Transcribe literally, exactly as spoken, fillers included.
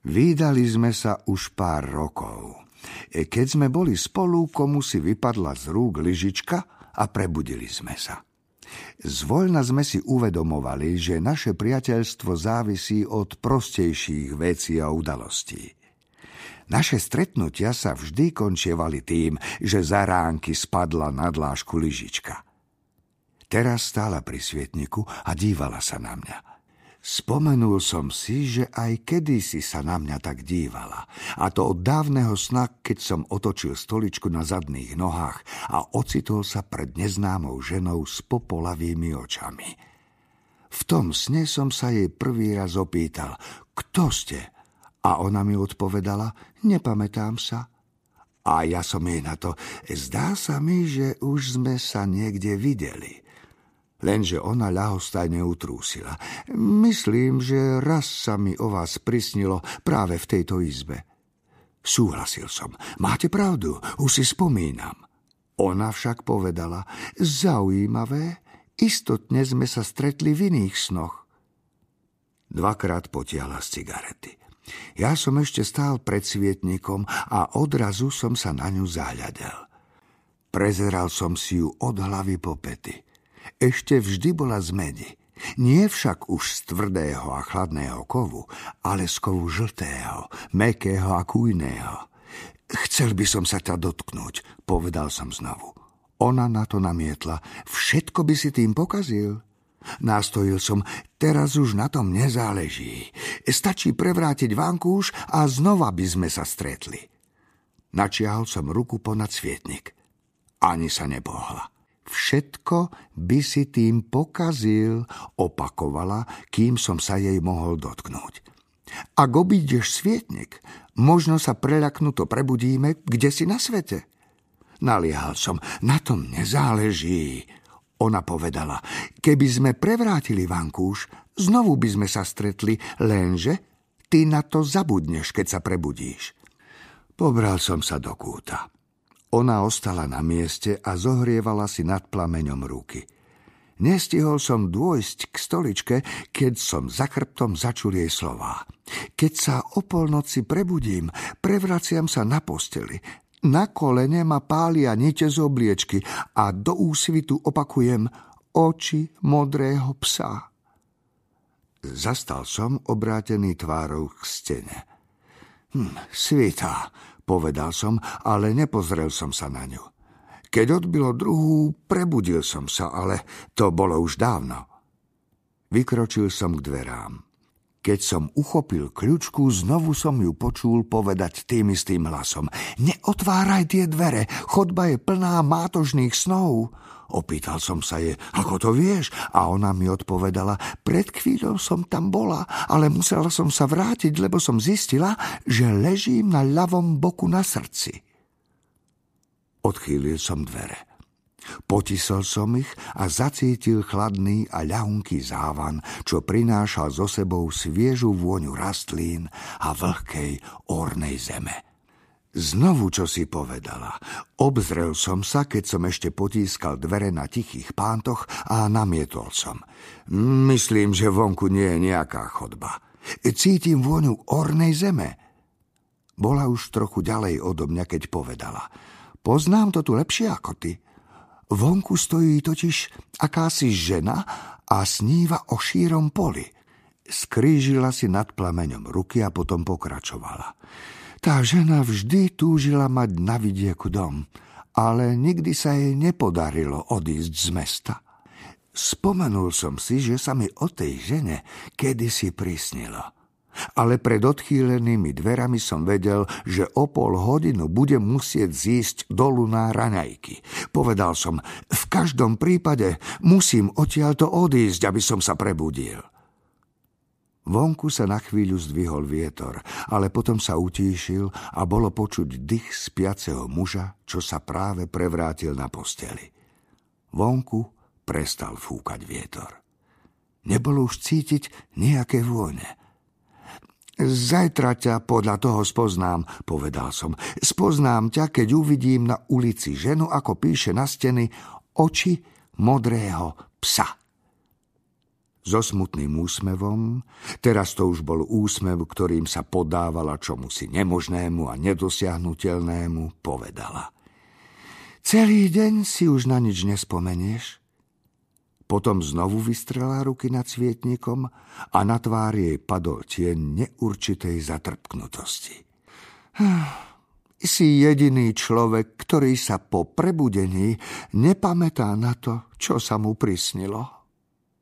Vídali sme sa už pár rokov. Keď sme boli spolu, komu si vypadla z rúk lyžička a prebudili sme sa. Zvoľna sme si uvedomovali, že naše priateľstvo závisí od prostejších vecí a udalostí. Naše stretnutia sa vždy končievali tým, že za ránky spadla na dlášku lyžička. Teraz stála pri svietniku a dívala sa na mňa. Spomenul som si, že aj kedysi sa na mňa tak dívala. A to od dávneho sna, keď som otočil stoličku na zadných nohách a ocitol sa pred neznámou ženou s popolavými očami. V tom sne som sa jej prvý raz opýtal, kto ste? A ona mi odpovedala, nepamätám sa. A ja som jej na to, zdá sa mi, že už sme sa niekde videli. Lenže ona ľahostajne utrúsila. Myslím, že raz sa mi o vás prisnilo práve v tejto izbe. Súhlasil som. Máte pravdu, už si spomínam. Ona však povedala, zaujímavé, istotne sme sa stretli v iných snoch. Dvakrát potiahla z cigarety. Ja som ešte stál pred svietnikom a odrazu som sa na ňu zahľadel. Prezeral som si ju od hlavy po pety. Ešte vždy bola z medi. Nie však už z tvrdého a chladného kovu, ale z kovu žltého, mäkkého a kujného. Chcel by som sa ťa dotknúť, povedal som znovu. Ona na to namietla, všetko by si tým pokazil. Nástojil som, teraz už na tom nezáleží. Stačí prevrátiť vankúš a znova by sme sa stretli. Načiahol som ruku ponad svietnik. Ani sa nepohla. Všetko by si tým pokazil, opakovala, kým som sa jej mohol dotknúť. Ak obídeš svietnik, možno sa preľaknuto prebudíme, kde si na svete. Naliehal som, na tom nezáleží. Ona povedala, keby sme prevrátili vankúš, znovu by sme sa stretli, lenže ty na to zabudneš, keď sa prebudíš. Pobral som sa do kúta. Ona ostala na mieste a zohrievala si nad plameňom ruky. Nestihol som dôjsť k stoličke, keď som za chrbtom začul jej slová. Keď sa o polnoci prebudím, prevraciam sa na posteli. Na kolene ma pália nite z obliečky a do úsvitu opakujem oči modrého psa. Zastal som obrátený tvárou k stene. Hm, svitá, povedal som, ale nepozrel som sa na ňu. Keď odbilo druhú, prebudil som sa, ale to bolo už dávno. Vykročil som k dverám. Keď som uchopil kľučku, znovu som ju počul povedať tým istým hlasom. Neotváraj tie dvere, chodba je plná mátožných snov. Opýtal som sa jej, ako to vieš? A ona mi odpovedala, pred chvíľou som tam bola, ale musela som sa vrátiť, lebo som zistila, že ležím na ľavom boku na srdci. Odchýlil som dvere. Potisol som ich a zacítil chladný a ľahunký závan, čo prinášal so sebou sviežu vôňu rastlín a vlhkej ornej zeme. Znovu čo si povedala. Obzrel som sa, keď som ešte potískal dvere na tichých pántoch a namietol som. Myslím, že vonku nie je nejaká chodba. Cítim vôňu ornej zeme. Bola už trochu ďalej odo mňa, keď povedala. Poznám to tu lepšie ako ty. Vonku stojí totiž akási žena a sníva o šírom poli. Skrížila si nad plameňom ruky a potom pokračovala. Tá žena vždy túžila mať na vidieku dom, ale nikdy sa jej nepodarilo odísť z mesta. Spomenul som si, že sa mi o tej žene kedysi prisnilo. Ale pred odchýlenými dverami som vedel, že o pol hodinu budem musieť zísť dolu na raňajky. Povedal som, v každom prípade musím odtiaľto odísť, aby som sa prebudil. Vonku sa na chvíľu zdvihol vietor, ale potom sa utíšil a bolo počuť dych spiaceho muža, čo sa práve prevrátil na posteli. Vonku prestal fúkať vietor. Nebolo už cítiť nejaké vône. Zajtra ťa podľa toho spoznám, povedal som. Spoznám ťa, keď uvidím na ulici ženu, ako píše na steny oči modrého psa. So smutným úsmevom, teraz to už bol úsmev, ktorým sa podávala čomusi nemožnému a nedosiahnuteľnému, povedala: Celý deň si už na nič nespomenieš? Potom znovu vystrela ruky nad svietnikom a na tvári jej padol tieň neurčitej zatrpknutosti. Si jediný človek, ktorý sa po prebudení nepamätá na to, čo sa mu prisnilo.